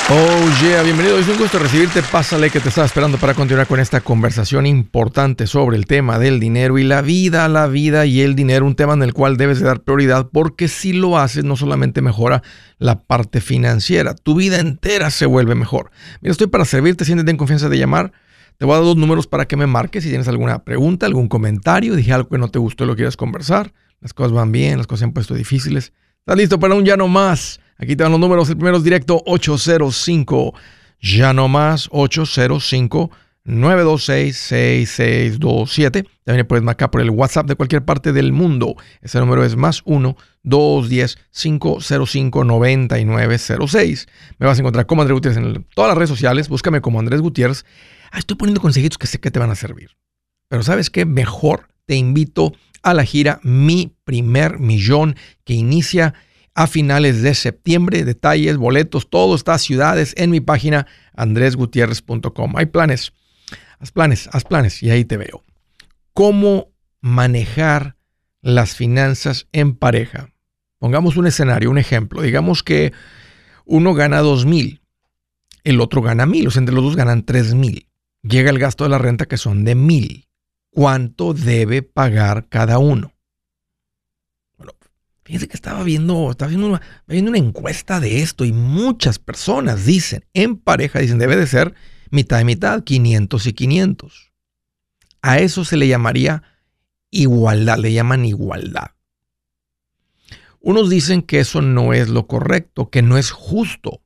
Oh yeah, bienvenido. Es un gusto recibirte. Pásale que te estaba esperando para continuar con esta conversación importante sobre el tema del dinero y la vida y el dinero, un tema en el cual debes de dar prioridad porque si lo haces no solamente mejora la parte financiera, tu vida entera se vuelve mejor. Mira, estoy para servirte, siéntete en confianza de llamar. Te voy a dar 2 números para que me marques si tienes alguna pregunta, algún comentario, dije algo que no te gustó y lo quieras conversar. Las cosas van bien, las cosas se han puesto difíciles. ¿Estás listo para un ya no más? Aquí te dan los números. El primero es directo 805, ya no más, 805-926-6627. También puedes marcar por el WhatsApp de cualquier parte del mundo. Ese número es más 1-210-505-9906. Me vas a encontrar como Andrés Gutiérrez en todas las redes sociales. Búscame como Andrés Gutiérrez. Estoy poniendo consejitos que sé que te van a servir. Pero ¿sabes qué? Mejor te invito a la gira Mi Primer Millón, que inicia a finales de septiembre. Detalles, boletos, todo está, ciudades, en mi página andresgutierrez.com. Hay planes. Haz planes y ahí te veo. ¿Cómo manejar las finanzas en pareja? Pongamos un escenario, un ejemplo. Digamos que uno gana 2,000, el otro gana 1,000, o sea, entre los dos ganan 3,000. Llega el gasto de la renta que son de 1,000. ¿Cuánto debe pagar cada uno? Bueno, fíjense que estaba viendo una encuesta de esto y muchas personas dicen, en pareja, dicen, debe de ser mitad y mitad, 500 y 500. A eso se le llamaría igualdad, le llaman igualdad. Unos dicen que eso no es lo correcto, que no es justo.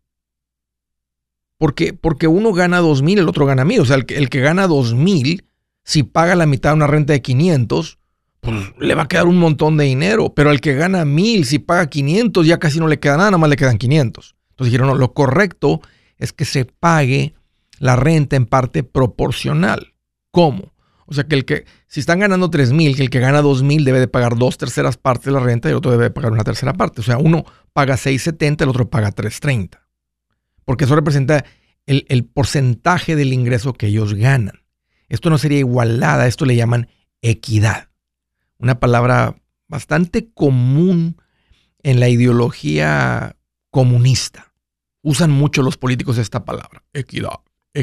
Porque uno gana 2,000, el otro gana 1,000. O sea, el que gana 2,000, si paga la mitad de una renta de 500, pues le va a quedar un montón de dinero. Pero el que gana 1,000, si paga 500, ya casi no le queda nada más le quedan 500. Entonces dijeron, no, lo correcto es que se pague la renta en parte proporcional. ¿Cómo? O sea, si están ganando 3,000, que el que gana 2,000 debe de pagar 2/3 partes de la renta y el otro debe de pagar 1/3 parte. O sea, uno paga 670, el otro paga 330. Porque eso representa el porcentaje del ingreso que ellos ganan. Esto no sería igualdad, a esto le llaman equidad. Una palabra bastante común en la ideología comunista. Usan mucho los políticos esta palabra, equidad.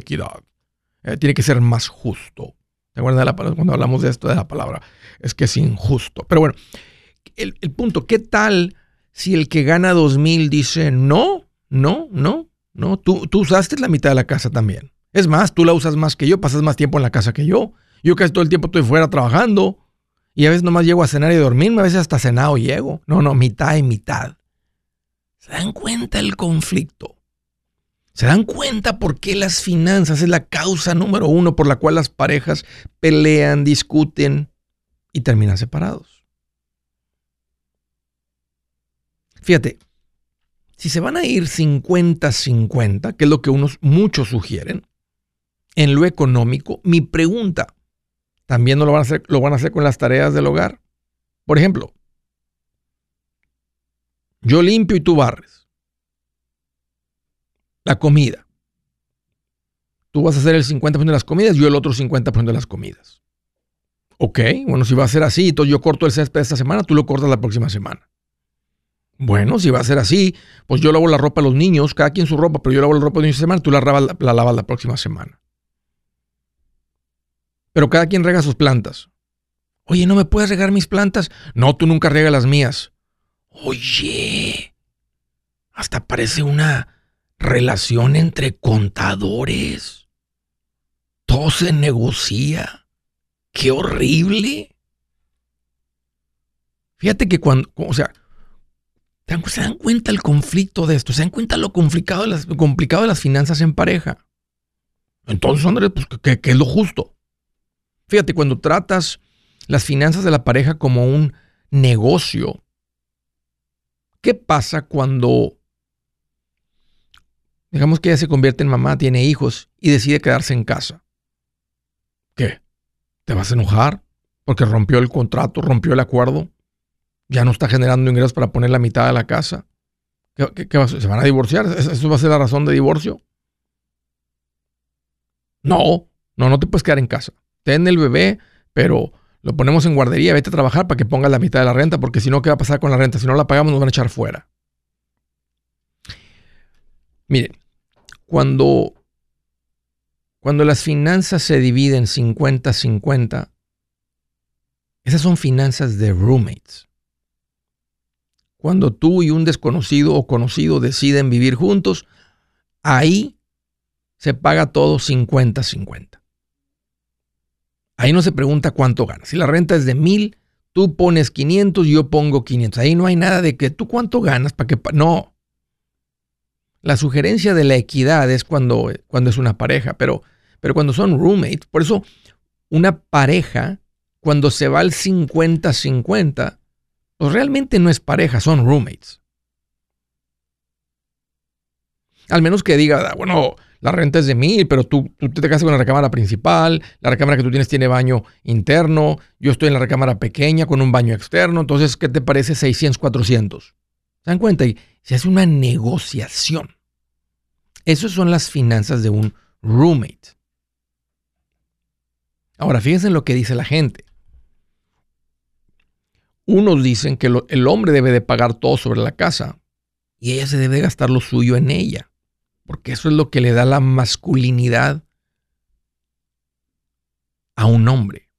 Tiene que ser más justo. ¿Te acuerdas de la palabra cuando hablamos de esto de la palabra? Es que es injusto. Pero bueno, el punto, ¿qué tal si el que gana 2,000 dice no, tú usaste la mitad de la casa también? Es más, tú la usas más que yo, pasas más tiempo en la casa que yo. Yo casi todo el tiempo estoy fuera trabajando y a veces nomás llego a cenar y dormirme, a veces hasta cenado llego. No, mitad y mitad. ¿Se dan cuenta el conflicto? ¿Se dan cuenta por qué las finanzas es la causa número 1 por la cual las parejas pelean, discuten y terminan separados? Fíjate, si se van a ir 50-50, que es lo que muchos sugieren, en lo económico, mi pregunta, ¿también no lo van a hacer con las tareas del hogar? Por ejemplo, yo limpio y tú barres. La comida. Tú vas a hacer el 50% de las comidas, yo el otro 50% de las comidas. Ok, bueno, si va a ser así, entonces yo corto el césped esta semana, tú lo cortas la próxima semana. Bueno, si va a ser así, pues yo lavo la ropa a los niños, cada quien su ropa, pero yo lavo la ropa de los niños esta semana, tú la lavas la próxima semana. Pero cada quien riega sus plantas. Oye, ¿no me puedes regar mis plantas? No, tú nunca riegas las mías. Oye, hasta parece una relación entre contadores. Todo se negocia. ¡Qué horrible! Fíjate que ¿se dan cuenta el conflicto de esto? ¿Se dan cuenta lo complicado de las finanzas en pareja? Entonces, Andrés, pues, ¿qué es lo justo? Fíjate, cuando tratas las finanzas de la pareja como un negocio, ¿qué pasa cuando, digamos que ella se convierte en mamá, tiene hijos y decide quedarse en casa? ¿Qué? ¿Te vas a enojar porque rompió el contrato, rompió el acuerdo? ¿Ya no está generando ingresos para poner la mitad de la casa? ¿Qué va a hacer? ¿Se van a divorciar? ¿Eso va a ser la razón de divorcio? No te puedes quedar en casa. Ten el bebé, pero lo ponemos en guardería, vete a trabajar para que pongas la mitad de la renta, porque si no, ¿qué va a pasar con la renta? Si no la pagamos, nos van a echar fuera. Miren, Cuando las finanzas se dividen 50-50, esas son finanzas de roommates. Cuando tú y un desconocido o conocido deciden vivir juntos, ahí se paga todo 50-50. Ahí no se pregunta cuánto ganas. Si la renta es de 1,000, tú pones 500, yo pongo 500. Ahí no hay nada de que tú cuánto ganas para que... No. La sugerencia de la equidad es cuando es una pareja, pero cuando son roommates, por eso una pareja, cuando se va al 50-50, pues realmente no es pareja, son roommates. Al menos que diga, bueno, la renta es de 1,000, pero tú te casas con la recámara principal, la recámara que tú tienes tiene baño interno, yo estoy en la recámara pequeña con un baño externo, entonces, ¿qué te parece 600, 400? ¿Se dan cuenta? Y se hace una negociación. Esas son las finanzas de un roommate. Ahora, fíjense en lo que dice la gente. Unos dicen que el hombre debe de pagar todo sobre la casa y ella se debe de gastar lo suyo en ella, porque eso es lo que le da la masculinidad a un hombre.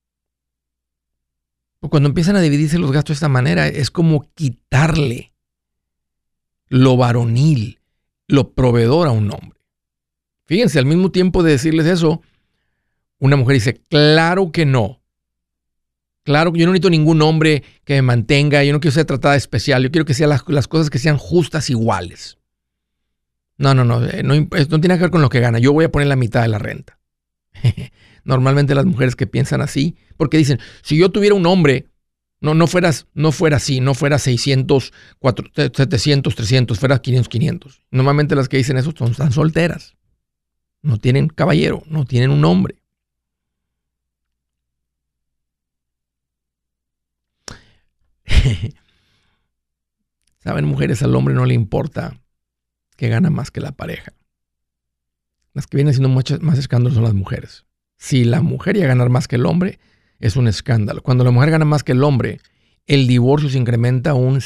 Cuando empiezan a dividirse los gastos de esta manera, es como quitarle lo varonil, lo proveedor a un hombre. Fíjense, al mismo tiempo de decirles eso, una mujer dice, claro que no. Claro que yo no necesito ningún hombre que me mantenga, yo no quiero ser tratada especial, yo quiero que sean las cosas que sean justas iguales. No tiene que ver con lo que gana, yo voy a poner la mitad de la renta. Normalmente las mujeres que piensan así, porque dicen, si yo tuviera un hombre, no fuera así, no fuera 600, 700, 300, fuera 500, 500. Normalmente las que dicen eso están solteras, no tienen caballero, no tienen un hombre. Saben, mujeres, al hombre no le importa que gana más que la pareja. Las que vienen haciendo muchos más escándalos son las mujeres. Si la mujer llega a ganar más que el hombre, es un escándalo. Cuando la mujer gana más que el hombre, el divorcio se incrementa un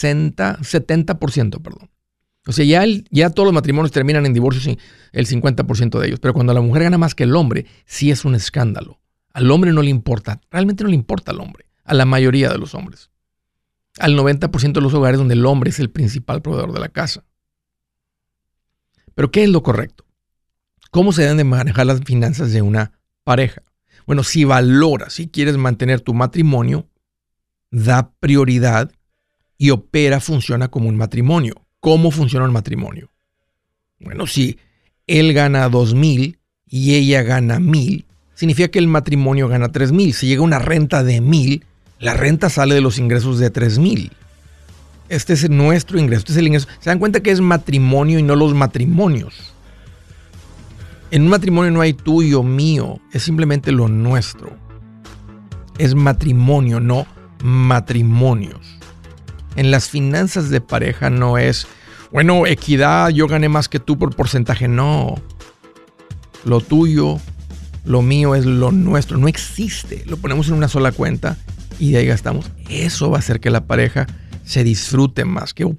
70%, perdón. O sea, ya todos los matrimonios terminan en divorcio, el 50% de ellos. Pero cuando la mujer gana más que el hombre, sí es un escándalo. Al hombre no le importa, realmente no le importa al hombre, a la mayoría de los hombres. Al 90% de los hogares donde el hombre es el principal proveedor de la casa. Pero ¿qué es lo correcto? ¿Cómo se deben de manejar las finanzas de una pareja? Bueno, si quieres mantener tu matrimonio, da prioridad y funciona como un matrimonio. ¿Cómo funciona un matrimonio? Bueno, si él gana 2,000 y ella gana 1,000, significa que el matrimonio gana 3,000. Si llega una renta de 1,000, la renta sale de los ingresos de 3,000. Este es nuestro ingreso, este es el ingreso. ¿Se dan cuenta que es matrimonio y no los matrimonios? En un matrimonio no hay tuyo, mío, es simplemente lo nuestro. Es matrimonio, no matrimonios. En las finanzas de pareja no es, bueno, equidad, yo gané más que tú por porcentaje. No. Lo tuyo, lo mío es lo nuestro. No existe. Lo ponemos en una sola cuenta y de ahí gastamos. Eso va a hacer que la pareja se disfrute más, que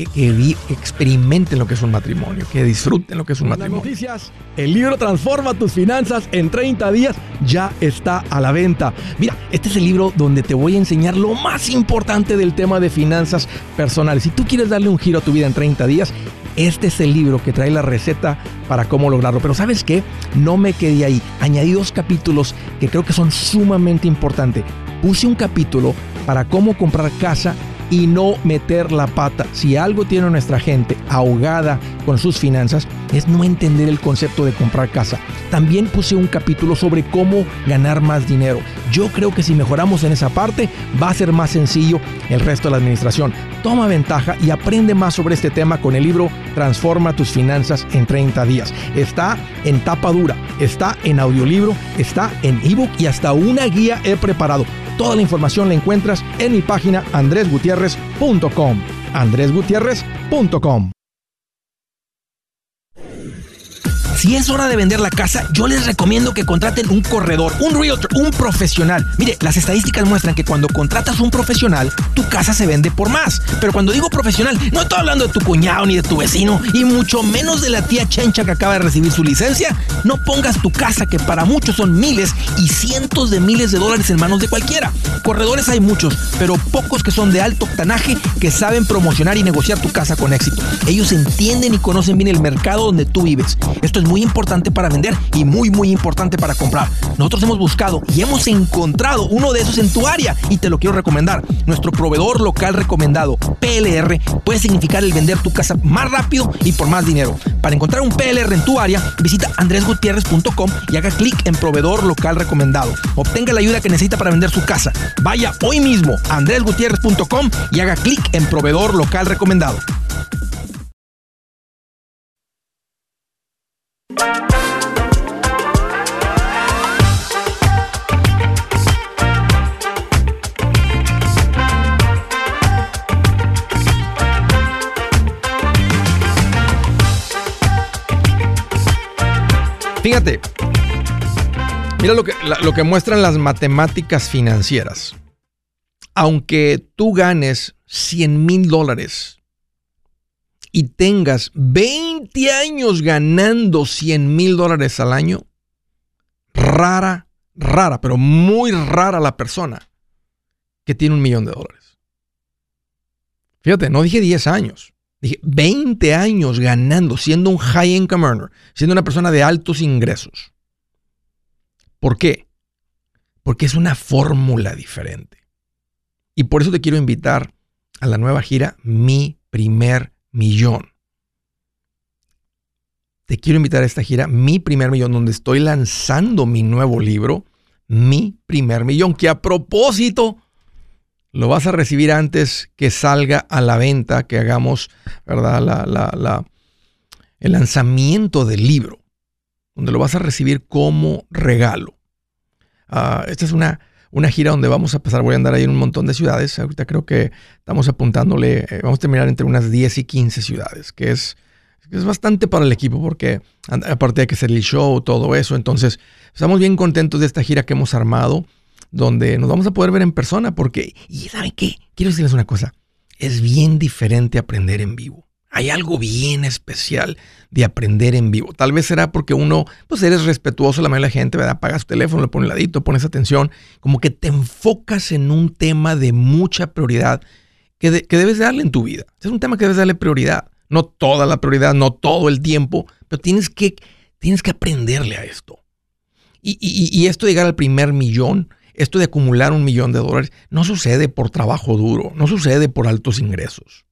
experimenten lo que es un matrimonio, que disfruten lo que es un matrimonio. Noticias, el libro Transforma tus finanzas en 30 días ya está a la venta. Mira, este es el libro donde te voy a enseñar lo más importante del tema de finanzas personales. Si tú quieres darle un giro a tu vida en 30 días, este es el libro que trae la receta para cómo lograrlo. Pero ¿sabes qué? No me quedé ahí. Añadí 2 capítulos que creo que son sumamente importantes. Puse un capítulo para cómo comprar casa y no meter la pata. Si algo tiene nuestra gente ahogada con sus finanzas, es no entender el concepto de comprar casa. También puse un capítulo sobre cómo ganar más dinero. Yo creo que si mejoramos en esa parte, va a ser más sencillo el resto de la administración. Toma ventaja y aprende más sobre este tema con el libro Transforma tus finanzas en 30 días. Está en tapa dura, está en audiolibro, está en ebook y hasta una guía he preparado. Toda la información la encuentras en mi página andresgutierrez.com. andresgutierrez.com. Si es hora de vender la casa, yo les recomiendo que contraten un corredor, un realtor, un profesional. Mire, las estadísticas muestran que cuando contratas un profesional, tu casa se vende por más. Pero cuando digo profesional, no estoy hablando de tu cuñado ni de tu vecino, y mucho menos de la tía Chencha que acaba de recibir su licencia. No pongas tu casa, que para muchos son miles y cientos de miles de dólares, en manos de cualquiera. Corredores hay muchos, pero pocos que son de alto octanaje, que saben promocionar y negociar tu casa con éxito. Ellos entienden y conocen bien el mercado donde tú vives. Esto es muy importante para vender y muy importante para comprar. Nosotros hemos buscado y hemos encontrado uno de esos en tu área y te lo quiero recomendar. Nuestro proveedor local recomendado, PLR, puede significar el vender tu casa más rápido y por más dinero. Para encontrar un PLR en tu área, visita andresgutierrez.com y haga clic en proveedor local recomendado. Obtenga la ayuda que necesita para vender su casa. Vaya hoy mismo a andresgutierrez.com y haga clic en proveedor local recomendado. Fíjate, mira lo que muestran las matemáticas financieras. Aunque tú ganes $100,000 y tengas 20 años ganando $100,000 al año, rara, pero muy rara la persona que tiene $1 millón. Fíjate, no dije 10 años. Dije 20 años ganando, siendo un high income earner, siendo una persona de altos ingresos. ¿Por qué? Porque es una fórmula diferente. Y por eso te quiero invitar a la nueva gira Mi Primer Millón. Te quiero invitar a esta gira Mi Primer Millón, donde estoy lanzando mi nuevo libro, Mi Primer Millón, que a propósito lo vas a recibir antes que salga a la venta, que hagamos, ¿verdad? El lanzamiento del libro, donde lo vas a recibir como regalo. Esta es una gira donde vamos a pasar, voy a andar ahí en un montón de ciudades. Ahorita creo que estamos apuntándole, vamos a terminar entre unas 10 y 15 ciudades, que es bastante para el equipo, porque aparte hay que hacer el show, todo eso. Entonces, estamos bien contentos de esta gira que hemos armado, donde nos vamos a poder ver en persona, porque, ¿y saben qué? Quiero decirles una cosa, es bien diferente aprender en vivo. Hay algo bien especial de aprender en vivo. Tal vez será porque uno, pues eres respetuoso, la mayoría de la gente, ¿verdad? Apagas tu teléfono, lo pones al ladito, pones atención, como que te enfocas en un tema de mucha prioridad que debes darle en tu vida. Es un tema que debes darle prioridad. No toda la prioridad, no todo el tiempo, pero tienes que aprenderle a esto. Y esto de llegar al primer millón, esto de acumular $1 millón, no sucede por trabajo duro, no sucede por altos ingresos.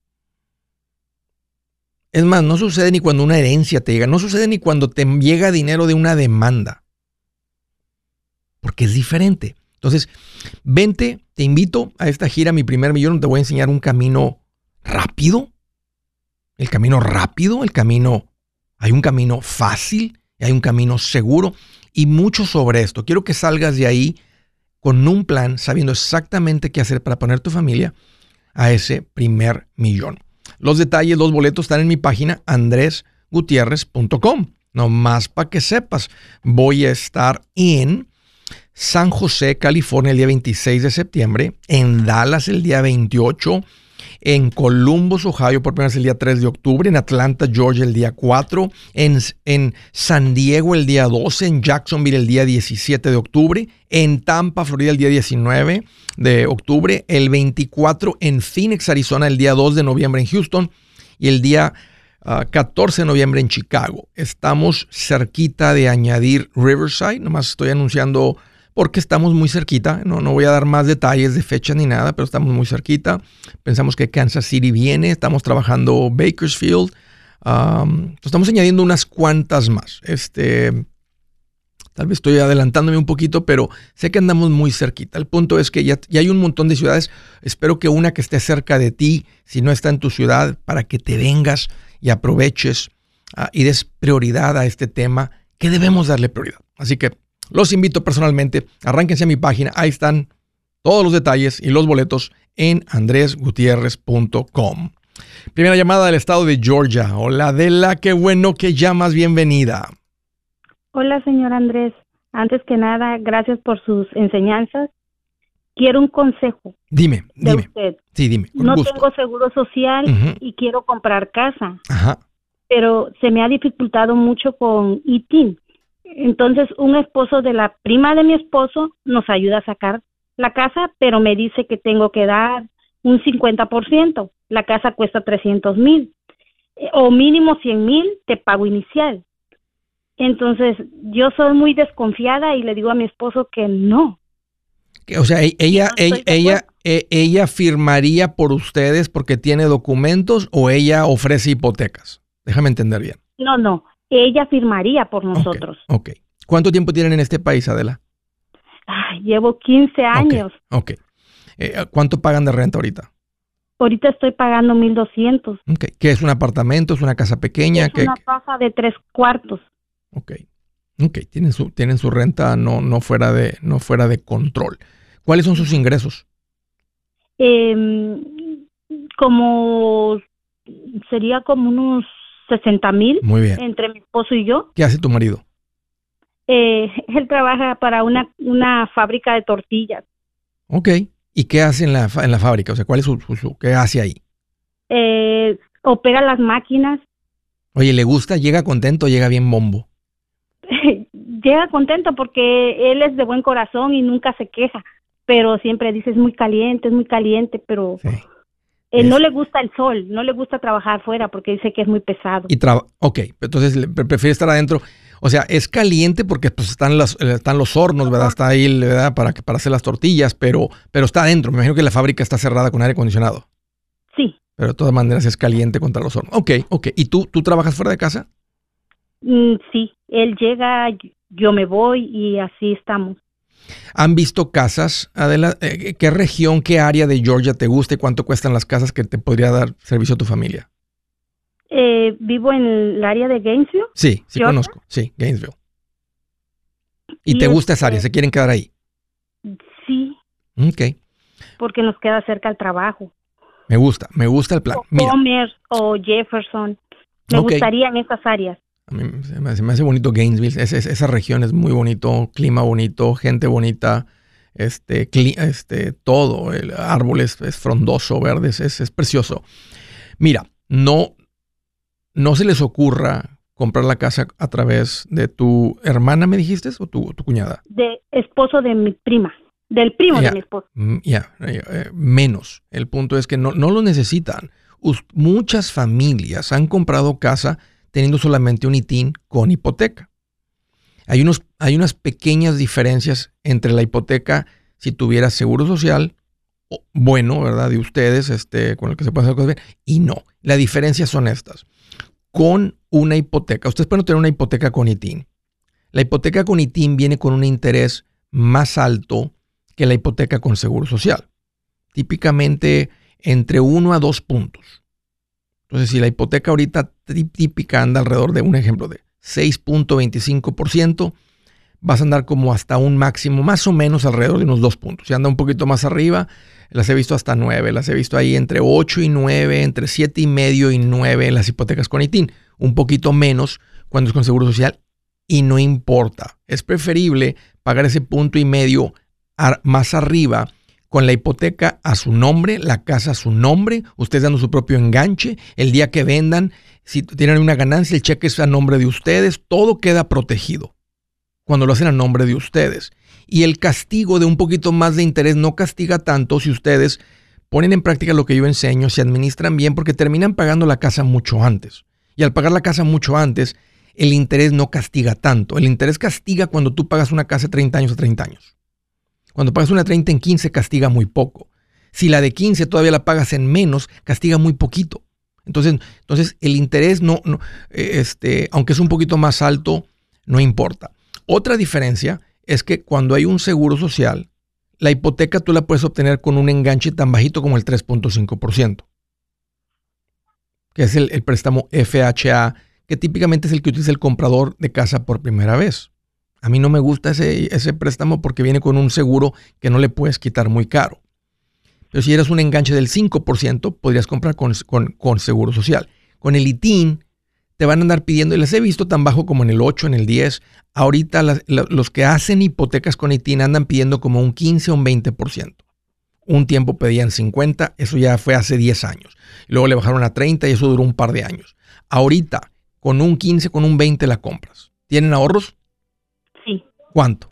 Es más, no sucede ni cuando una herencia te llega, no sucede ni cuando te llega dinero de una demanda. Porque es diferente. Entonces, vente, te invito a esta gira Mi Primer Millón. Te voy a enseñar un camino rápido. El camino rápido, hay un camino fácil, y hay un camino seguro y mucho sobre esto. Quiero que salgas de ahí con un plan, sabiendo exactamente qué hacer para poner tu familia a ese primer millón. Los detalles, los boletos están en mi página andresgutierrez.com. Nomás para que sepas, voy a estar en San José, California, el día 26 de septiembre, en Dallas el día 28, en Columbus, Ohio, por primera vez el día 3 de octubre, en Atlanta, Georgia, el día 4, en San Diego el día 12, en Jacksonville el día 17 de octubre, en Tampa, Florida, el día 19 de octubre, el 24 en Phoenix, Arizona, el día 2 de noviembre en Houston y el día 14 de noviembre en Chicago. Estamos cerquita de añadir Riverside, nomás estoy anunciando porque estamos muy cerquita. No voy a dar más detalles de fecha ni nada, pero estamos muy cerquita. Pensamos que Kansas City viene, estamos trabajando Bakersfield. Estamos añadiendo unas cuantas más. Tal vez estoy adelantándome un poquito, pero sé que andamos muy cerquita. El punto es que ya hay un montón de ciudades. Espero que una que esté cerca de ti, si no está en tu ciudad, para que te vengas y aproveches y des prioridad a este tema que debemos darle prioridad. Así que los invito personalmente, arránquense a mi página, ahí están todos los detalles y los boletos en andresgutierrez.com. Primera llamada del estado de Georgia. Hola Adela, qué bueno que llamas, bienvenida. Hola, señor Andrés. Antes que nada, gracias por sus enseñanzas. Quiero un consejo Dime. de usted. Sí, dime, con No gusto. tengo seguro social y quiero comprar casa, Ajá. pero se me ha dificultado mucho con ITIN. Entonces, un esposo de la prima de mi esposo nos ayuda a sacar la casa, pero me dice que tengo que dar un 50%. La casa cuesta 300,000 o mínimo 100,000 de pago inicial. Entonces, yo soy muy desconfiada y le digo a mi esposo que no. O sea, ella, No estoy de acuerdo. ella firmaría por ustedes porque tiene documentos o ella ofrece hipotecas. Déjame entender bien. No, ella firmaría por nosotros. Ok. ¿Cuánto tiempo tienen en este país, Adela? Ay, llevo 15 años. Ok. ¿Cuánto pagan de renta ahorita? Ahorita estoy pagando 1,200. Ok. ¿Qué es un apartamento? ¿Es una casa pequeña? Es una casa de 3 cuartos. Ok. Tienen su renta no fuera de control. ¿Cuáles son sus ingresos? Sería como unos 60,000 Muy bien. entre mi esposo y yo. ¿Qué hace tu marido? Él trabaja para una fábrica de tortillas. Ok. ¿Y qué hace en la fábrica? O sea, ¿cuál es qué hace ahí? Opera las máquinas. Oye, ¿le gusta? ¿Llega contento o llega bien bombo? Llega contento porque él es de buen corazón y nunca se queja, pero siempre dice es muy caliente, pero Sí. no le gusta el sol, no le gusta trabajar fuera porque dice que es muy pesado. Ok, entonces prefiere estar adentro. O sea, es caliente porque pues están los hornos, ¿verdad? Está ahí, ¿verdad? Para hacer las tortillas, pero está adentro. Me imagino que la fábrica está cerrada con aire acondicionado. Sí. Pero de todas maneras es caliente contra los hornos. Ok. ¿Y tú trabajas fuera de casa? Sí, él llega, yo me voy y así estamos. ¿Han visto casas, Adela? ¿Qué región, qué área de Georgia te gusta y cuánto cuestan las casas que te podría dar servicio a tu familia? Vivo en el área de Gainesville. Sí, Georgia. Conozco. Sí, Gainesville. ¿Y te gusta esa área? ¿Se quieren quedar ahí? Sí. Ok. Porque nos queda cerca al trabajo. Me gusta el plan. O Commerce o Jefferson. Me gustaría en esas áreas. A mí se me hace bonito Gainesville. Esa región es muy bonito, clima bonito, gente bonita, todo, el árbol es frondoso, verde, es precioso. Mira, no se les ocurra comprar la casa a través de tu hermana, ¿me dijiste? ¿O tu cuñada? De esposo de mi prima, del primo de mi esposo. Menos. El punto es que no lo necesitan. Muchas familias han comprado casa teniendo solamente un ITIN con hipoteca. Hay unas pequeñas diferencias entre la hipoteca si tuvieras seguro social, bueno, ¿verdad? De ustedes, con el que se puede hacer cosas bien, y no. Las diferencias son estas. Con una hipoteca, ustedes pueden tener una hipoteca con ITIN. La hipoteca con ITIN viene con un interés más alto que la hipoteca con seguro social. Típicamente entre 1 a 2 puntos. Entonces, si la hipoteca ahorita típica anda alrededor de un ejemplo de 6.25%, vas a andar como hasta un máximo, más o menos alrededor de unos 2 puntos. Si anda un poquito más arriba, las he visto hasta 9, las he visto ahí entre 8 y 9, entre 7.5 y 9 en las hipotecas con ITIN. Un poquito menos cuando es con seguro social y no importa. Es preferible pagar ese 1.5 más arriba con la hipoteca a su nombre, la casa a su nombre, ustedes dando su propio enganche. El día que vendan, si tienen una ganancia, el cheque es a nombre de ustedes, todo queda protegido cuando lo hacen a nombre de ustedes. Y el castigo de un poquito más de interés no castiga tanto si ustedes ponen en práctica lo que yo enseño, se administran bien, porque terminan pagando la casa mucho antes. Y al pagar la casa mucho antes, el interés no castiga tanto. El interés castiga cuando tú pagas una casa de 30 años a 30 años. Cuando pagas una 30 en 15, castiga muy poco. Si la de 15 todavía la pagas en menos, castiga muy poquito. Entonces el interés aunque es un poquito más alto, no importa. Otra diferencia es que cuando hay un seguro social, la hipoteca tú la puedes obtener con un enganche tan bajito como el 3.5%, que es el préstamo FHA, que típicamente es el que utiliza el comprador de casa por primera vez. A mí no me gusta ese préstamo porque viene con un seguro que no le puedes quitar muy caro. Pero si eres un enganche del 5%, podrías comprar con seguro social. Con el ITIN te van a andar pidiendo, y les he visto tan bajo como en el 8, en el 10. Ahorita los que hacen hipotecas con ITIN andan pidiendo como un 15 o un 20%. Un tiempo pedían 50, eso ya fue hace 10 años. Luego le bajaron a 30 y eso duró un par de años. Ahorita, con un 15, con un 20 la compras. ¿Tienen ahorros? Sí. ¿Cuánto?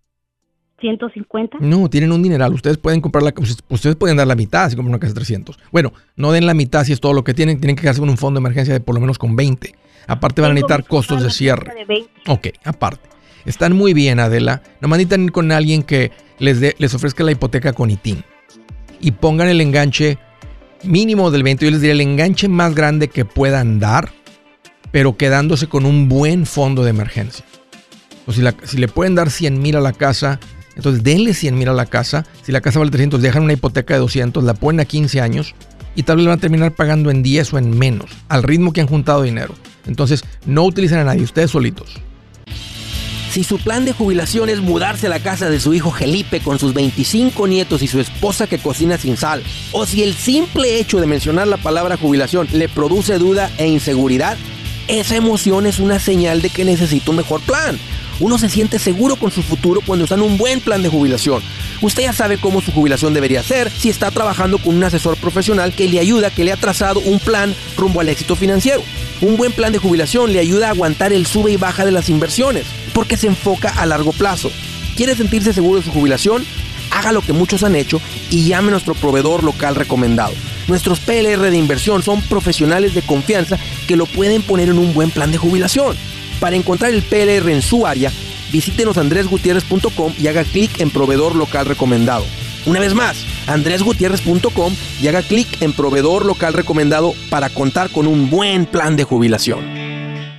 150. No, tienen un dineral. Ustedes pueden comprar ustedes pueden dar la mitad si compran una casa de 300. Bueno, no den la mitad si es todo lo que tienen. Tienen que quedarse con un fondo de emergencia de por lo menos con 20. Aparte van a necesitar costos de cierre. Ok, aparte. Están muy bien, Adela. Nomás necesitan ir con alguien que les ofrezca la hipoteca con ITIN. Y pongan el enganche mínimo del 20. Yo les diría el enganche más grande que puedan dar, pero quedándose con un buen fondo de emergencia. O si le pueden dar 100,000 a la casa, entonces denle 100,000 a la casa. Si la casa vale 300, dejan una hipoteca de 200, la ponen a 15 años y tal vez van a terminar pagando en 10 o en menos, al ritmo que han juntado dinero. Entonces, no utilicen a nadie, ustedes solitos. Si su plan de jubilación es mudarse a la casa de su hijo Felipe con sus 25 nietos y su esposa que cocina sin sal, o si el simple hecho de mencionar la palabra jubilación le produce duda e inseguridad, esa emoción es una señal de que necesita un mejor plan. Uno se siente seguro con su futuro cuando está en un buen plan de jubilación. Usted ya sabe cómo su jubilación debería ser si está trabajando con un asesor profesional que le ayuda, que le ha trazado un plan rumbo al éxito financiero. Un buen plan de jubilación le ayuda a aguantar el sube y baja de las inversiones, porque se enfoca a largo plazo. ¿Quiere sentirse seguro de su jubilación? Haga lo que muchos han hecho y llame a nuestro proveedor local recomendado. Nuestros PLR de inversión son profesionales de confianza que lo pueden poner en un buen plan de jubilación. Para encontrar el PLR en su área, visítenos andresgutierrez.com y haga clic en proveedor local recomendado. Una vez más, andresgutierrez.com y haga clic en proveedor local recomendado para contar con un buen plan de jubilación.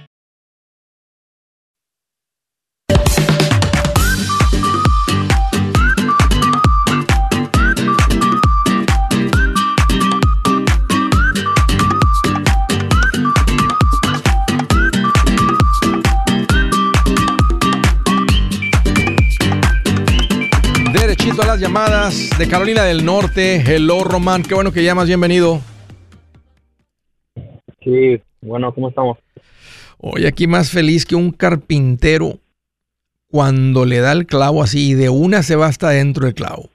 A las llamadas de Carolina del Norte. Hello, Román, qué bueno que llamas, bienvenido. Sí, bueno, ¿cómo estamos? Hoy aquí más feliz que un carpintero cuando le da el clavo así y de una se va hasta dentro del clavo.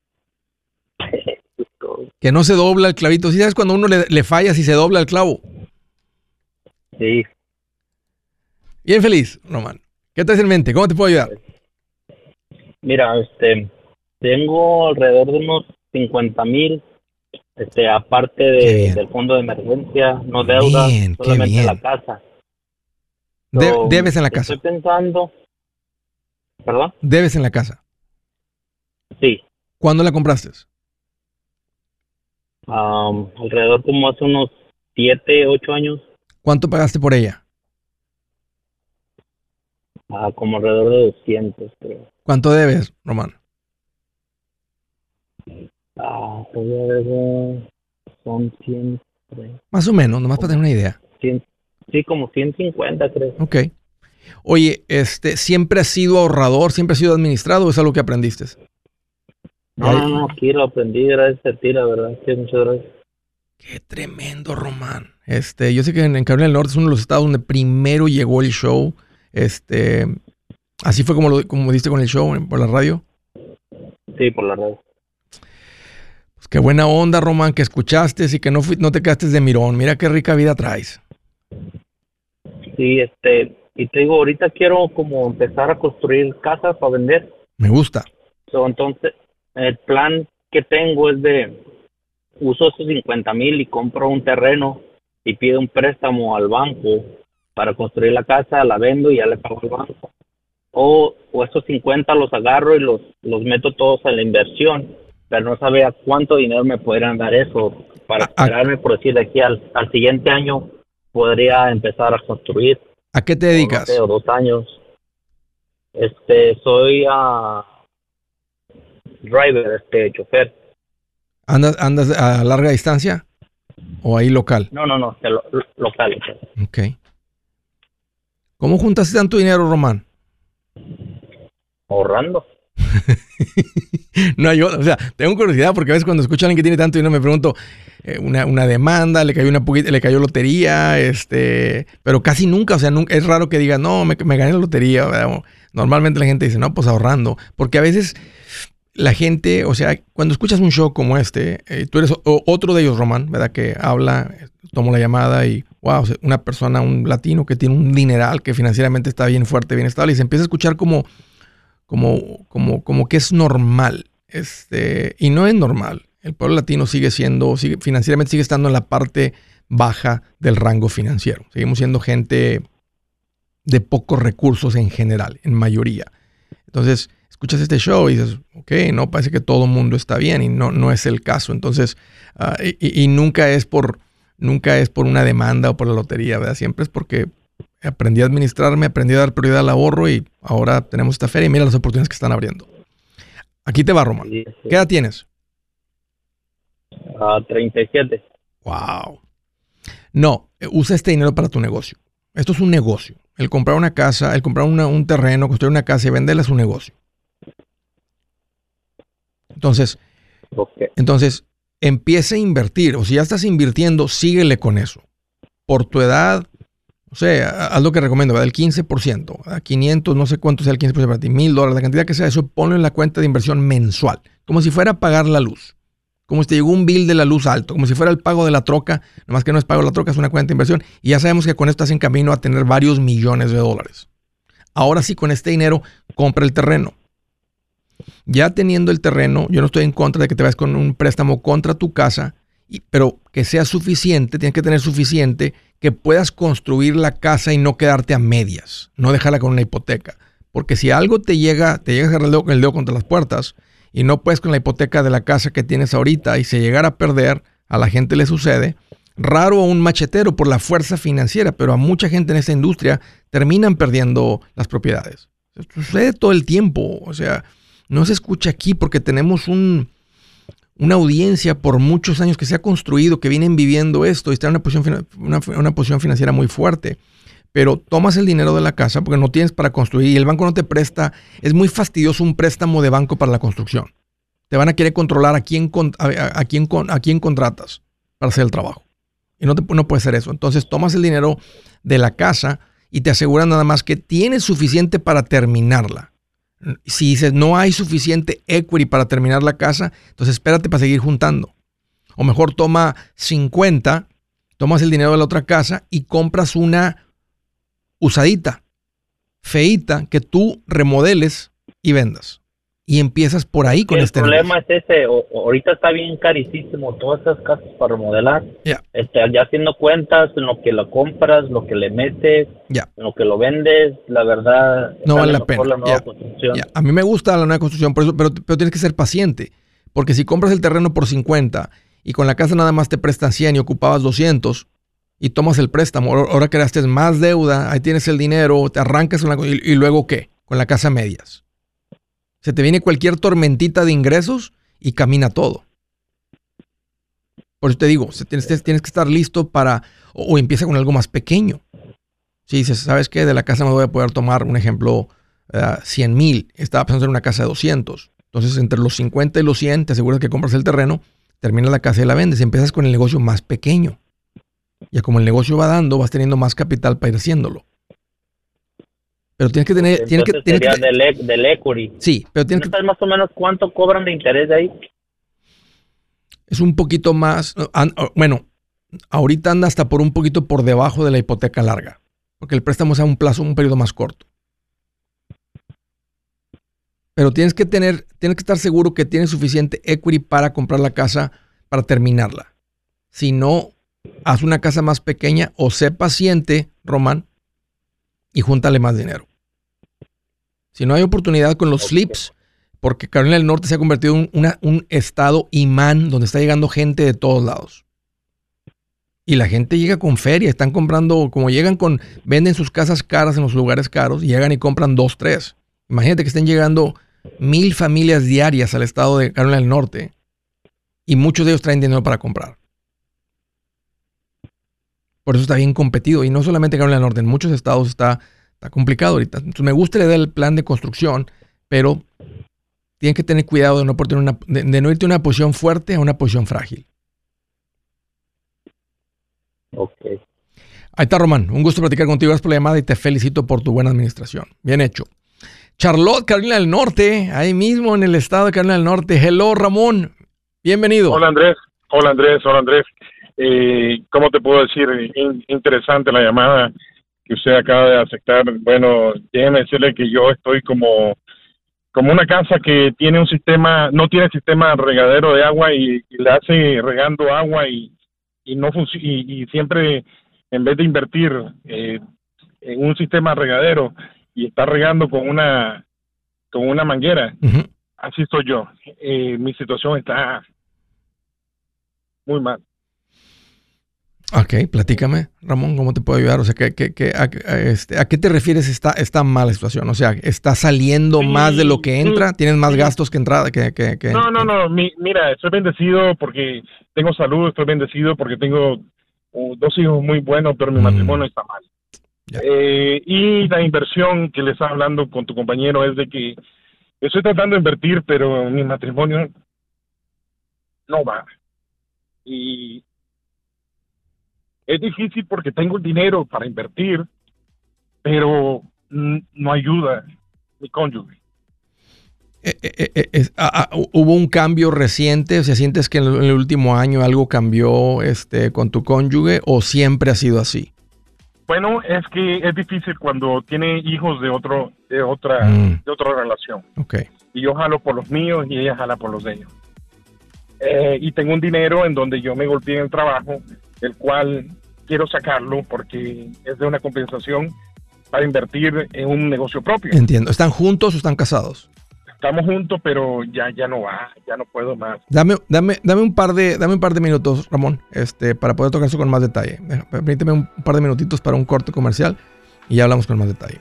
Que no se dobla el clavito. ¿Sí sabes cuando uno le falla si se dobla el clavo? Sí. Bien feliz, Román. ¿Qué traes en mente? ¿Cómo te puedo ayudar? Mira, tengo alrededor de unos 50,000, aparte del fondo de emergencia, no deuda, Bien, solamente la casa. Debes en la casa. Estoy pensando, ¿perdón? Debes en la casa. Sí. ¿Cuándo la compraste? Alrededor como hace unos 7, 8 años. ¿Cuánto pagaste por ella? Como alrededor de 200, creo. ¿Cuánto debes, Román? Son 100. Más o menos, nomás para tener una idea. 100, sí, como 150, creo. Ok. Oye, ¿siempre has sido ahorrador, siempre has sido administrado o es algo que aprendiste? No, aquí lo aprendí, gracias a ti, la verdad. Sí, muchas gracias. Qué tremendo, Román. Yo sé que en Carolina del Norte es uno de los estados donde primero llegó el show. Así fue como diste con el show por la radio. Sí, por la radio. Pues qué buena onda, Román, que escuchaste y que no te quedaste de mirón. Mira qué rica vida traes. Sí, y te digo, ahorita quiero como empezar a construir casas para vender. Me gusta. Entonces, el plan que tengo es uso esos 50,000 y compro un terreno y pido un préstamo al banco para construir la casa, la vendo y ya le pago al banco. O esos 50 los agarro y los meto todos a la inversión, pero no sabía cuánto dinero me podrían dar eso para esperarme, por decir, de aquí al siguiente año podría empezar a construir. ¿A qué te dedicas? O 2 años. Soy driver, chofer. ¿Andas a larga distancia o ahí local? No, local. Ok. ¿Cómo juntaste tanto dinero, Román? Ahorrando. No hay otra. O sea, tengo curiosidad porque a veces cuando escucho a alguien que tiene tanto dinero me pregunto, una demanda, le cayó lotería, pero casi nunca, o sea, nunca, es raro que diga, no, me gané la lotería, ¿verdad? Normalmente la gente dice, no, pues ahorrando, porque a veces la gente, o sea, cuando escuchas un show como tú eres otro de ellos, Román, ¿verdad? Que habla, tomo la llamada y, wow, una persona, un latino que tiene un dineral, que financieramente está bien fuerte, bien estable, y se empieza a escuchar como que es normal, y no es normal. El pueblo latino financieramente sigue estando en la parte baja del rango financiero. Seguimos siendo gente de pocos recursos en general, en mayoría. Entonces, escuchas este show y dices, ok, no, parece que todo el mundo está bien y no es el caso. Entonces, y nunca es por una demanda o por la lotería, ¿verdad? Siempre es porque aprendí a administrarme, aprendí a dar prioridad al ahorro y ahora tenemos esta feria y mira las oportunidades que están abriendo. Aquí te va, Román. Sí. ¿Qué edad tienes? 37. Wow. No, usa este dinero para tu negocio. Esto es un negocio. El comprar una casa, el comprar un terreno, construir una casa y venderla es un negocio. Entonces, empieza a invertir. O si ya estás invirtiendo, síguele con eso. Por tu edad, o sea, haz lo que recomiendo, ¿verdad? El 15%, ¿verdad? 500, no sé cuánto sea el 15% para ti, $1,000, la cantidad que sea, eso ponlo en la cuenta de inversión mensual. Como si fuera a pagar la luz. Como si te llegó un bill de la luz alto, como si fuera el pago de la troca, nomás que no es pago de la troca, es una cuenta de inversión. Y ya sabemos que con esto estás en camino a tener varios millones de dólares. Ahora sí, con este dinero, compra el terreno. Ya teniendo el terreno, yo no estoy en contra de que te vayas con un préstamo contra tu casa, pero que sea suficiente, tienes que tener suficiente que puedas construir la casa y no quedarte a medias, no dejarla con una hipoteca. Porque si algo te llega a agarrar el dedo contra las puertas y no puedes con la hipoteca de la casa que tienes ahorita y se llegara a perder, a la gente le sucede, raro a un machetero por la fuerza financiera, pero a mucha gente en esta industria terminan perdiendo las propiedades. Sucede todo el tiempo, o sea, no se escucha aquí porque tenemos una audiencia por muchos años que se ha construido, que vienen viviendo esto y está en una posición financiera muy fuerte. Pero tomas el dinero de la casa porque no tienes para construir y el banco no te presta. Es muy fastidioso un préstamo de banco para la construcción. Te van a querer controlar a quién contratas para hacer el trabajo. Y no puede ser eso. Entonces tomas el dinero de la casa y te aseguran nada más que tienes suficiente para terminarla. Si dices no hay suficiente equity para terminar la casa, entonces espérate para seguir juntando. O mejor toma 50, tomas el dinero de la otra casa y compras una usadita, feíta, que tú remodeles y vendas. Y empiezas por ahí con este negocio. El problema es ese, ahorita está bien carísimo todas esas casas para remodelar. Yeah. Ya haciendo cuentas en lo que lo compras, lo que le metes, Yeah. en lo que lo vendes, la verdad no vale la pena. La nueva construcción. Yeah. A mí me gusta la nueva construcción, por eso, pero tienes que ser paciente. Porque si compras el terreno por 50 y con la casa nada más te prestan 100 y ocupabas 200 y tomas el préstamo, ahora creaste más deuda, ahí tienes el dinero, te arrancas y luego ¿qué? Con la casa a medias. Se te viene cualquier tormentita de ingresos y camina todo. Por eso te digo, tienes que estar listo para, o empieza con algo más pequeño. Si dices, ¿sabes qué? De la casa me voy a poder tomar, un ejemplo, 100,000. Estaba pensando en una casa de 200. Entonces, entre los 50 y los 100, te aseguras que compras el terreno, terminas la casa y la vendes. Empiezas con el negocio más pequeño. Ya como el negocio va dando, vas teniendo más capital para ir haciéndolo. Pero tienes que tener... Del equity. Sí, pero tienes que... ¿Sabes más o menos cuánto cobran de interés de ahí? Es un poquito más... Bueno, ahorita anda hasta por un poquito por debajo de la hipoteca larga. Porque el préstamo es a un periodo más corto. Pero tienes que estar seguro que tienes suficiente equity para comprar la casa, para terminarla. Si no, haz una casa más pequeña o sé paciente, Román, y júntale más dinero. Si no hay oportunidad con los flips, porque Carolina del Norte se ha convertido en un estado imán donde está llegando gente de todos lados. Y la gente llega con feria, están comprando, como venden sus casas caras en los lugares caros, y llegan y compran 2, 3. Imagínate que estén llegando 1,000 familias diarias al estado de Carolina del Norte y muchos de ellos traen dinero para comprar. Por eso está bien competido. Y no solamente en Carolina del Norte, en muchos estados está complicado ahorita. Entonces me gusta la idea del plan de construcción, pero tienes que tener cuidado de no irte a una posición fuerte a una posición frágil. Ok. Ahí está, Román. Un gusto platicar contigo. Gracias por la llamada y te felicito por tu buena administración. Bien hecho. Charlotte, Carolina del Norte, ahí mismo en el estado de Carolina del Norte. Hello, Ramón. Bienvenido. Hola Andrés. ¿Cómo te puedo decir? Interesante la llamada que usted acaba de aceptar. Bueno, déjeme decirle que yo estoy como una casa que tiene un sistema, no tiene sistema regadero de agua y le hace regando agua y no y siempre, en vez de invertir en un sistema regadero y está regando con una manguera, Uh-huh. así estoy yo. Mi situación está muy mal. Ok, platícame, Ramón, ¿cómo te puedo ayudar? O sea, ¿a qué te refieres esta mala situación? O sea, ¿está saliendo más de lo que entra? ¿Tienes más gastos que entrada? No. Mira, estoy bendecido porque tengo salud, estoy bendecido porque tengo 2 hijos muy buenos, pero mi matrimonio está mal. Ya. Y la inversión que le estaba hablando con tu compañero es de que estoy tratando de invertir, pero mi matrimonio no va. Y es difícil porque tengo el dinero para invertir, pero no ayuda mi cónyuge. ¿Hubo un cambio reciente? O sea, ¿sientes que en el último año algo cambió con tu cónyuge o siempre ha sido así? Bueno, es que es difícil cuando tiene hijos de otra relación. Okay. Y yo jalo por los míos y ella jala por los de ellos. Y tengo un dinero en donde yo me golpeé en el trabajo, el cual quiero sacarlo porque es de una compensación para invertir en un negocio propio. Entiendo. ¿Están juntos o están casados? Estamos juntos, pero ya no va, ya no puedo más. Dame un par de minutos, Ramón, para poder tocar eso con más detalle. Permíteme un par de minutitos para un corte comercial y ya hablamos con más detalle.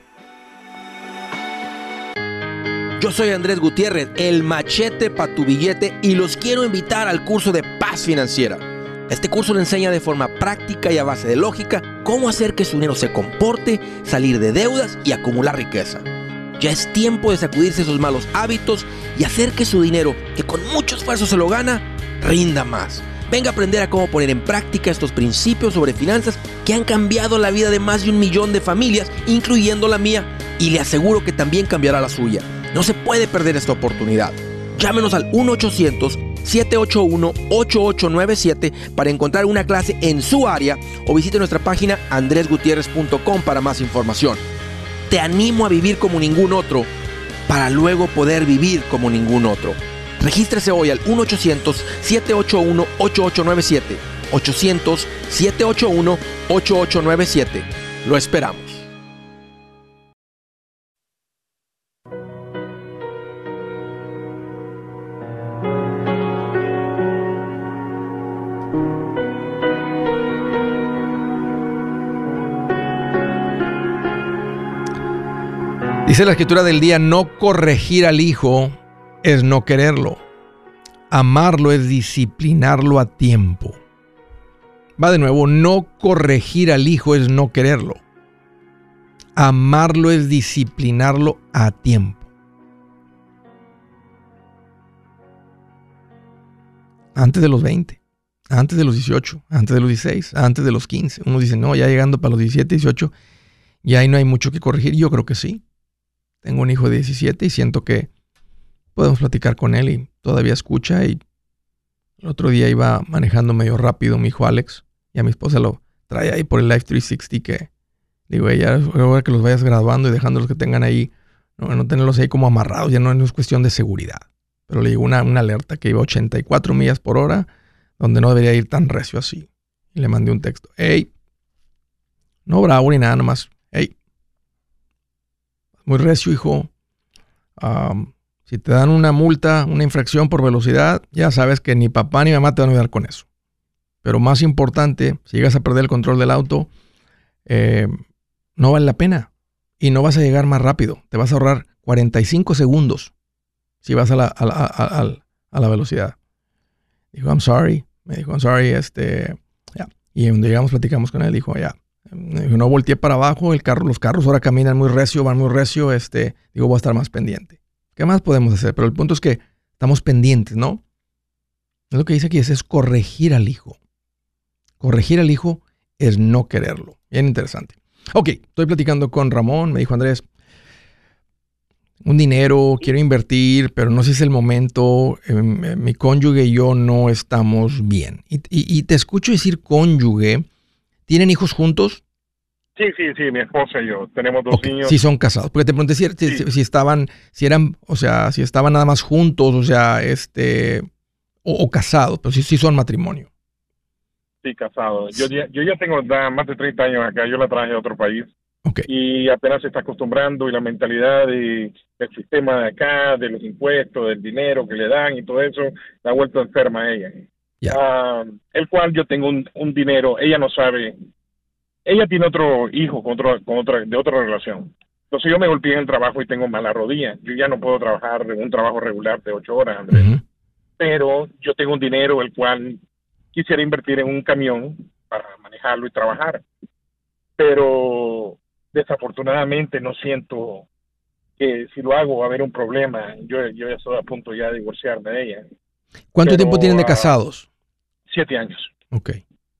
Yo soy Andrés Gutiérrez, el machete para tu billete, y los quiero invitar al curso de Paz Financiera. Este curso le enseña de forma práctica y a base de lógica cómo hacer que su dinero se comporte, salir de deudas y acumular riqueza. Ya es tiempo de sacudirse esos malos hábitos y hacer que su dinero, que con mucho esfuerzo se lo gana, rinda más. Venga a aprender a cómo poner en práctica estos principios sobre finanzas que han cambiado la vida de más de 1 millón de familias, incluyendo la mía, y le aseguro que también cambiará la suya. No se puede perder esta oportunidad. Llámenos al 1-800-781-8897 para encontrar una clase en su área o visite nuestra página andresgutierrez.com para más información. Te animo a vivir como ningún otro para luego poder vivir como ningún otro. Regístrese hoy al 1-800-781-8897. 800-781-8897. Lo esperamos. Dice la escritura del día, no corregir al hijo es no quererlo. Amarlo es disciplinarlo a tiempo. Va de nuevo, no corregir al hijo es no quererlo. Amarlo es disciplinarlo a tiempo. Antes de los 20, antes de los 18, antes de los 16, antes de los 15. Uno dice, no, ya llegando para los 17, 18, ya ahí no hay mucho que corregir. Yo creo que sí. Tengo un hijo de 17 y siento que podemos platicar con él y todavía escucha. Y el otro día iba manejando medio rápido mi hijo Alex y a mi esposa lo trae ahí por el Life 360 que digo, ya ahora que los vayas graduando y dejándolos que tengan ahí, no tenerlos ahí como amarrados, ya no es cuestión de seguridad. Pero le llegó una alerta que iba a 84 millas por hora, donde no debería ir tan recio así. Y le mandé un texto. Hey, no bravo ni nada, nomás. Hey, muy recio, hijo. Si te dan una multa, una infracción por velocidad, ya sabes que ni papá ni mamá te van a ayudar con eso. Pero más importante, si llegas a perder el control del auto, no vale la pena. Y no vas a llegar más rápido. Te vas a ahorrar 45 segundos si vas a la velocidad. Dijo, I'm sorry. Me dijo, I'm sorry. Yeah. Y cuando llegamos, platicamos con él. Dijo, ya. Yeah. No volteé para abajo. Los carros ahora caminan muy recio, van muy recio. Digo, voy a estar más pendiente. ¿Qué más podemos hacer? Pero el punto es que estamos pendientes, ¿no? Es lo que dice aquí, es corregir al hijo. Corregir al hijo es no quererlo. Bien interesante. Ok, estoy platicando con Ramón. Me dijo, Andrés, un dinero, quiero invertir, pero no sé si es el momento. Mi cónyuge y yo no estamos bien. Y te escucho decir cónyuge. ¿Tienen hijos juntos? Sí, mi esposa y yo tenemos dos niños. Sí son casados. Porque te pregunté si estaban nada más juntos, o sea, o casados, pero sí son matrimonio. Sí, casados. Yo ya tengo más de 30 años acá. Yo la traje a otro país. Okay. Y apenas se está acostumbrando, y la mentalidad del sistema de acá, de los impuestos, del dinero que le dan y todo eso, la ha vuelto enferma a ella. Yeah. El cual yo tengo un dinero, ella no sabe, ella tiene otro hijo de otra relación. Entonces yo me golpeé en el trabajo y tengo mala rodilla. Yo ya no puedo trabajar en un trabajo regular de 8 horas, Andrés. Uh-huh. Pero yo tengo un dinero el cual quisiera invertir en un camión para manejarlo y trabajar. Pero desafortunadamente no siento que si lo hago va a haber un problema. Yo ya estoy a punto ya de divorciarme de ella. ¿Cuánto tiempo tienen de casados? 7 años. Ok.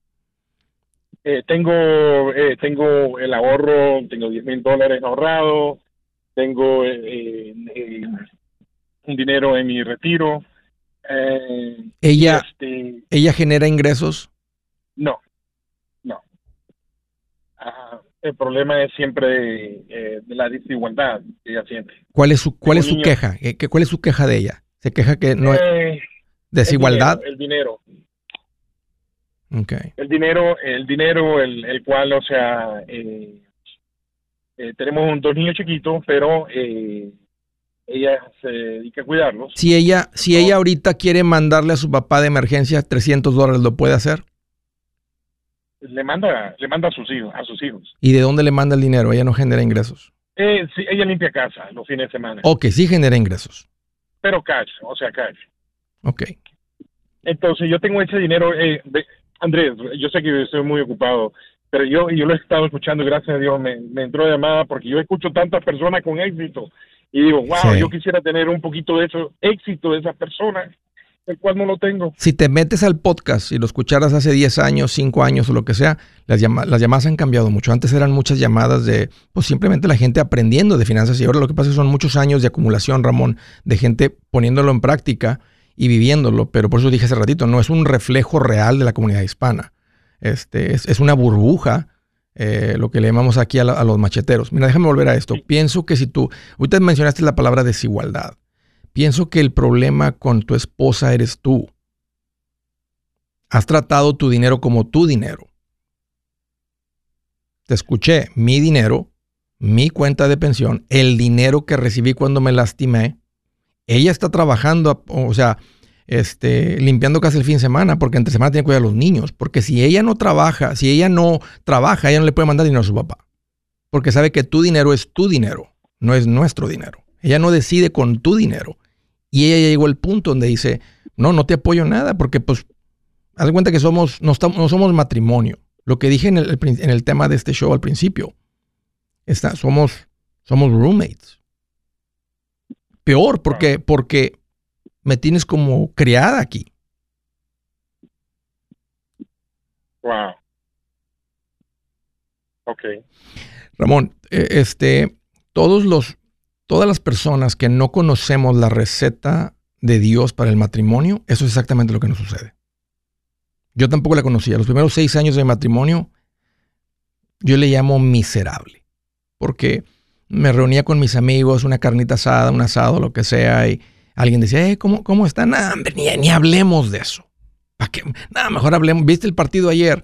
Tengo el ahorro, tengo $10,000 ahorrado, tengo un dinero en mi retiro. ¿Ella genera ingresos? No. El problema es siempre de la desigualdad que ella siente. ¿Cuál es su queja? ¿Cuál es su queja de ella? ¿Se queja que no es desigualdad? El dinero. Okay. El dinero, el cual, o sea, tenemos 2 niños chiquitos, pero ella se dedica a cuidarlos. Si ella ahorita quiere mandarle a su papá de emergencia $300, ¿lo puede hacer? Le manda a sus hijos. ¿Y de dónde le manda el dinero? Ella no genera ingresos. Sí, ella limpia casa los fines de semana. Ok, sí genera ingresos. Pero cash. Ok. Entonces yo tengo ese dinero. Andrés, yo sé que estoy muy ocupado, pero yo lo he estado escuchando, gracias a Dios me entró llamada porque yo escucho tantas personas con éxito y digo, wow, sí. Yo quisiera tener un poquito de eso, éxito de esas personas, el cual no lo tengo. Si te metes al podcast y lo escucharas hace 10 años, 5 años o lo que sea, las llamadas han cambiado mucho. Antes eran muchas llamadas de, pues simplemente la gente aprendiendo de finanzas, y ahora lo que pasa es que son muchos años de acumulación, Ramón, de gente poniéndolo en práctica y viviéndolo, pero por eso dije hace ratito, no es un reflejo real de la comunidad hispana. Es una burbuja, lo que le llamamos aquí a los macheteros. Mira, déjame volver a esto. Pienso que si tú, ahorita mencionaste la palabra desigualdad. Pienso que el problema con tu esposa eres tú. Has tratado tu dinero como tu dinero. Te escuché, mi dinero, mi cuenta de pensión, el dinero que recibí cuando me lastimé. Ella está trabajando, o sea, limpiando casi el fin de semana, porque entre semana tiene que cuidar a los niños. Porque si ella no trabaja, ella no le puede mandar dinero a su papá. Porque sabe que tu dinero es tu dinero, no es nuestro dinero. Ella no decide con tu dinero. Y ella ya llegó al punto donde dice, no te apoyo nada, porque pues, haz de cuenta que no somos matrimonio. Lo que dije en el tema de este show al principio, somos roommates. Peor, porque me tienes como criada aquí. Wow. Ok. Ramón, todas las personas que no conocemos la receta de Dios para el matrimonio, eso es exactamente lo que nos sucede. Yo tampoco la conocía. Los primeros 6 años de matrimonio, yo le llamo miserable, porque me reunía con mis amigos, una carnita asada, un asado, lo que sea, y alguien decía, ¿cómo están? Nah, hombre, ni hablemos de eso. ¿Para qué? Nada, mejor hablemos. ¿Viste el partido ayer?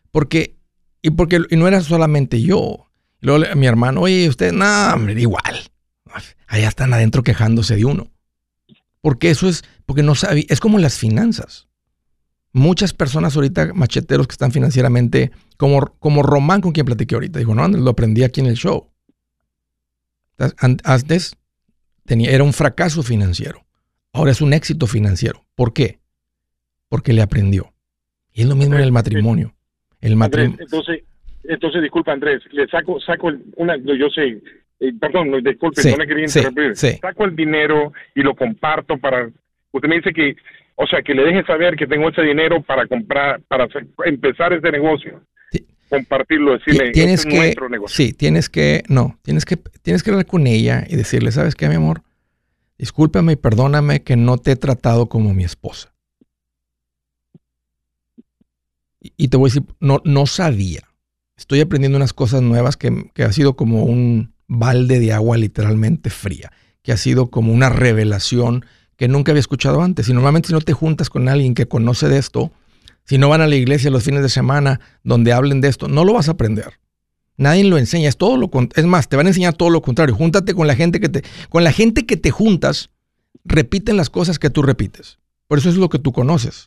Y no era solamente yo. Y luego mi hermano, oye, usted, no, hombre, igual. Allá están adentro quejándose de uno. Porque porque no sabe, es como las finanzas. Muchas personas ahorita, macheteros que están financieramente, como Román con quien platiqué ahorita, dijo, no, Andrés, lo aprendí aquí en el show. Antes era un fracaso financiero. Ahora es un éxito financiero. ¿Por qué? Porque le aprendió. Y es lo mismo en el matrimonio. Andrés, entonces, disculpa, Andrés, le saco yo sé, perdón, disculpe, no le quería interrumpir. Sí. Saco el dinero y lo comparto usted me dice que, o sea, que le deje saber que tengo ese dinero para comprar, empezar ese negocio. Sí. compartirlo, decirle, tienes este es nuestro negocio. Sí, tienes que hablar con ella y decirle, ¿sabes qué, mi amor? Discúlpame y perdóname que no te he tratado como mi esposa. Y te voy a decir, no sabía. Estoy aprendiendo unas cosas nuevas que ha sido como un balde de agua literalmente fría, que ha sido como una revelación que nunca había escuchado antes. Y normalmente si no te juntas con alguien que conoce de esto, si no van a la iglesia los fines de semana donde hablen de esto, no lo vas a aprender. Nadie lo enseña, es más, te van a enseñar todo lo contrario. Júntate con la gente que te juntas, repiten las cosas que tú repites. Por eso es lo que tú conoces.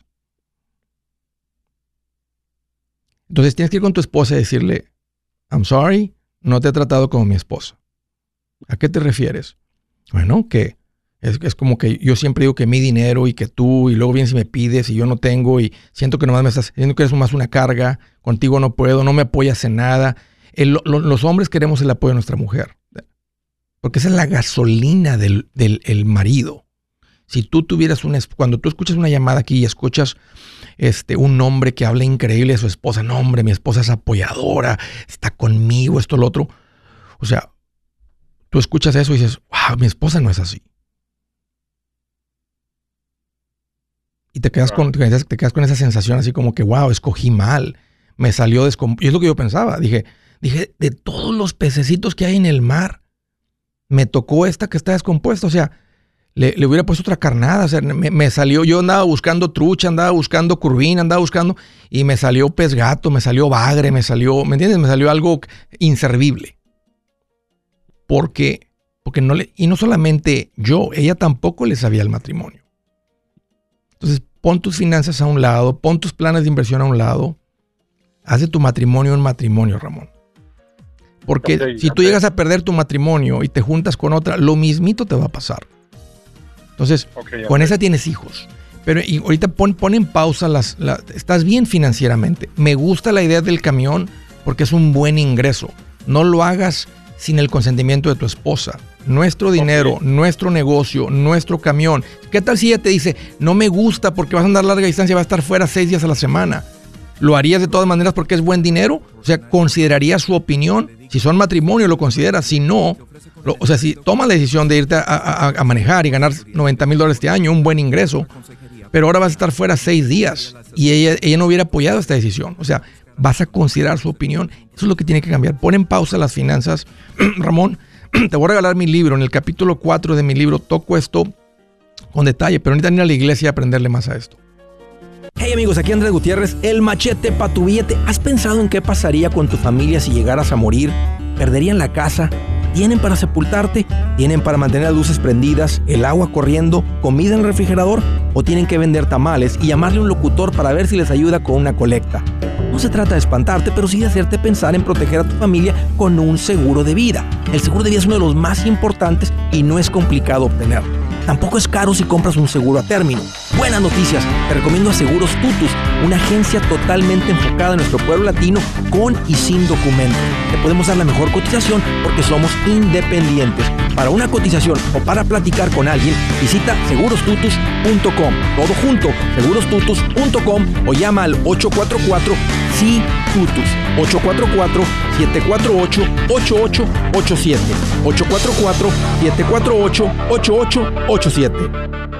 Entonces tienes que ir con tu esposa y decirle, I'm sorry, no te he tratado como mi esposa. ¿A qué te refieres? Bueno, que es como que yo siempre digo que mi dinero y que tú, y luego vienes y me pides y yo no tengo y siento que nomás siento que eres más una carga, contigo no puedo, no me apoyas en nada. Los hombres queremos el apoyo de nuestra mujer, porque esa es la gasolina del marido. Si tú tuvieras cuando tú escuchas una llamada aquí y escuchas un hombre que habla increíble de su esposa, no hombre, mi esposa es apoyadora, está conmigo, esto, lo otro. O sea, tú escuchas eso y dices, wow, mi esposa no es así. Y te quedas con esa sensación así como que, wow, escogí mal. Me salió y es lo que yo pensaba. Dije, de todos los pececitos que hay en el mar, me tocó esta que está descompuesta. O sea, le hubiera puesto otra carnada. O sea, me salió, yo andaba buscando trucha, andaba buscando curvina, y me salió pez gato, me salió bagre, ¿me entiendes? Me salió algo inservible. Porque y no solamente yo, ella tampoco le sabía el matrimonio. Entonces, pon tus finanzas a un lado, pon tus planes de inversión a un lado. Haz de tu matrimonio un matrimonio, Ramón. Porque si tú llegas a perder tu matrimonio y te juntas con otra, lo mismito te va a pasar. Entonces, con esa tienes hijos. Pero y ahorita pon en pausa estás bien financieramente. Me gusta la idea del camión porque es un buen ingreso. No lo hagas sin el consentimiento de tu esposa. Nuestro dinero, nuestro negocio, nuestro camión. ¿Qué tal si ella te dice, no me gusta porque vas a andar larga distancia, vas a estar fuera 6 días a la semana? ¿Lo harías de todas maneras porque es buen dinero? O sea, ¿considerarías su opinión? Si son matrimonio, lo consideras. Si no, si tomas la decisión de irte a manejar y ganar $90,000 este año, un buen ingreso, pero ahora vas a estar fuera 6 días y ella no hubiera apoyado esta decisión. O sea, vas a considerar su opinión. Eso es lo que tiene que cambiar. Pon en pausa las finanzas. Ramón, te voy a regalar mi libro. En el capítulo 4 de mi libro toco esto con detalle, pero necesitan ir a la iglesia y aprenderle más a esto. Hey amigos, aquí Andrés Gutiérrez, el machete para tu billete. ¿Has pensado en qué pasaría con tu familia si llegaras a morir? ¿Perderían la casa? ¿Tienen para sepultarte? ¿Tienen para mantener las luces prendidas, el agua corriendo, comida en el refrigerador? ¿O tienen que vender tamales y llamarle a un locutor para ver si les ayuda con una colecta? No se trata de espantarte, pero sí de hacerte pensar en proteger a tu familia con un seguro de vida. El seguro de vida es uno de los más importantes y no es complicado obtenerlo. Tampoco es caro si compras un seguro a término. Buenas noticias, te recomiendo a Seguros Tutus, una agencia totalmente enfocada en nuestro pueblo latino con y sin documentos. Te podemos dar la mejor cotización porque somos independientes. Para una cotización o para platicar con alguien, visita segurostutus.com. Todo junto, segurostutus.com o llama al 844-SI-TUTUS. 844-748-8887. 844-748-8887.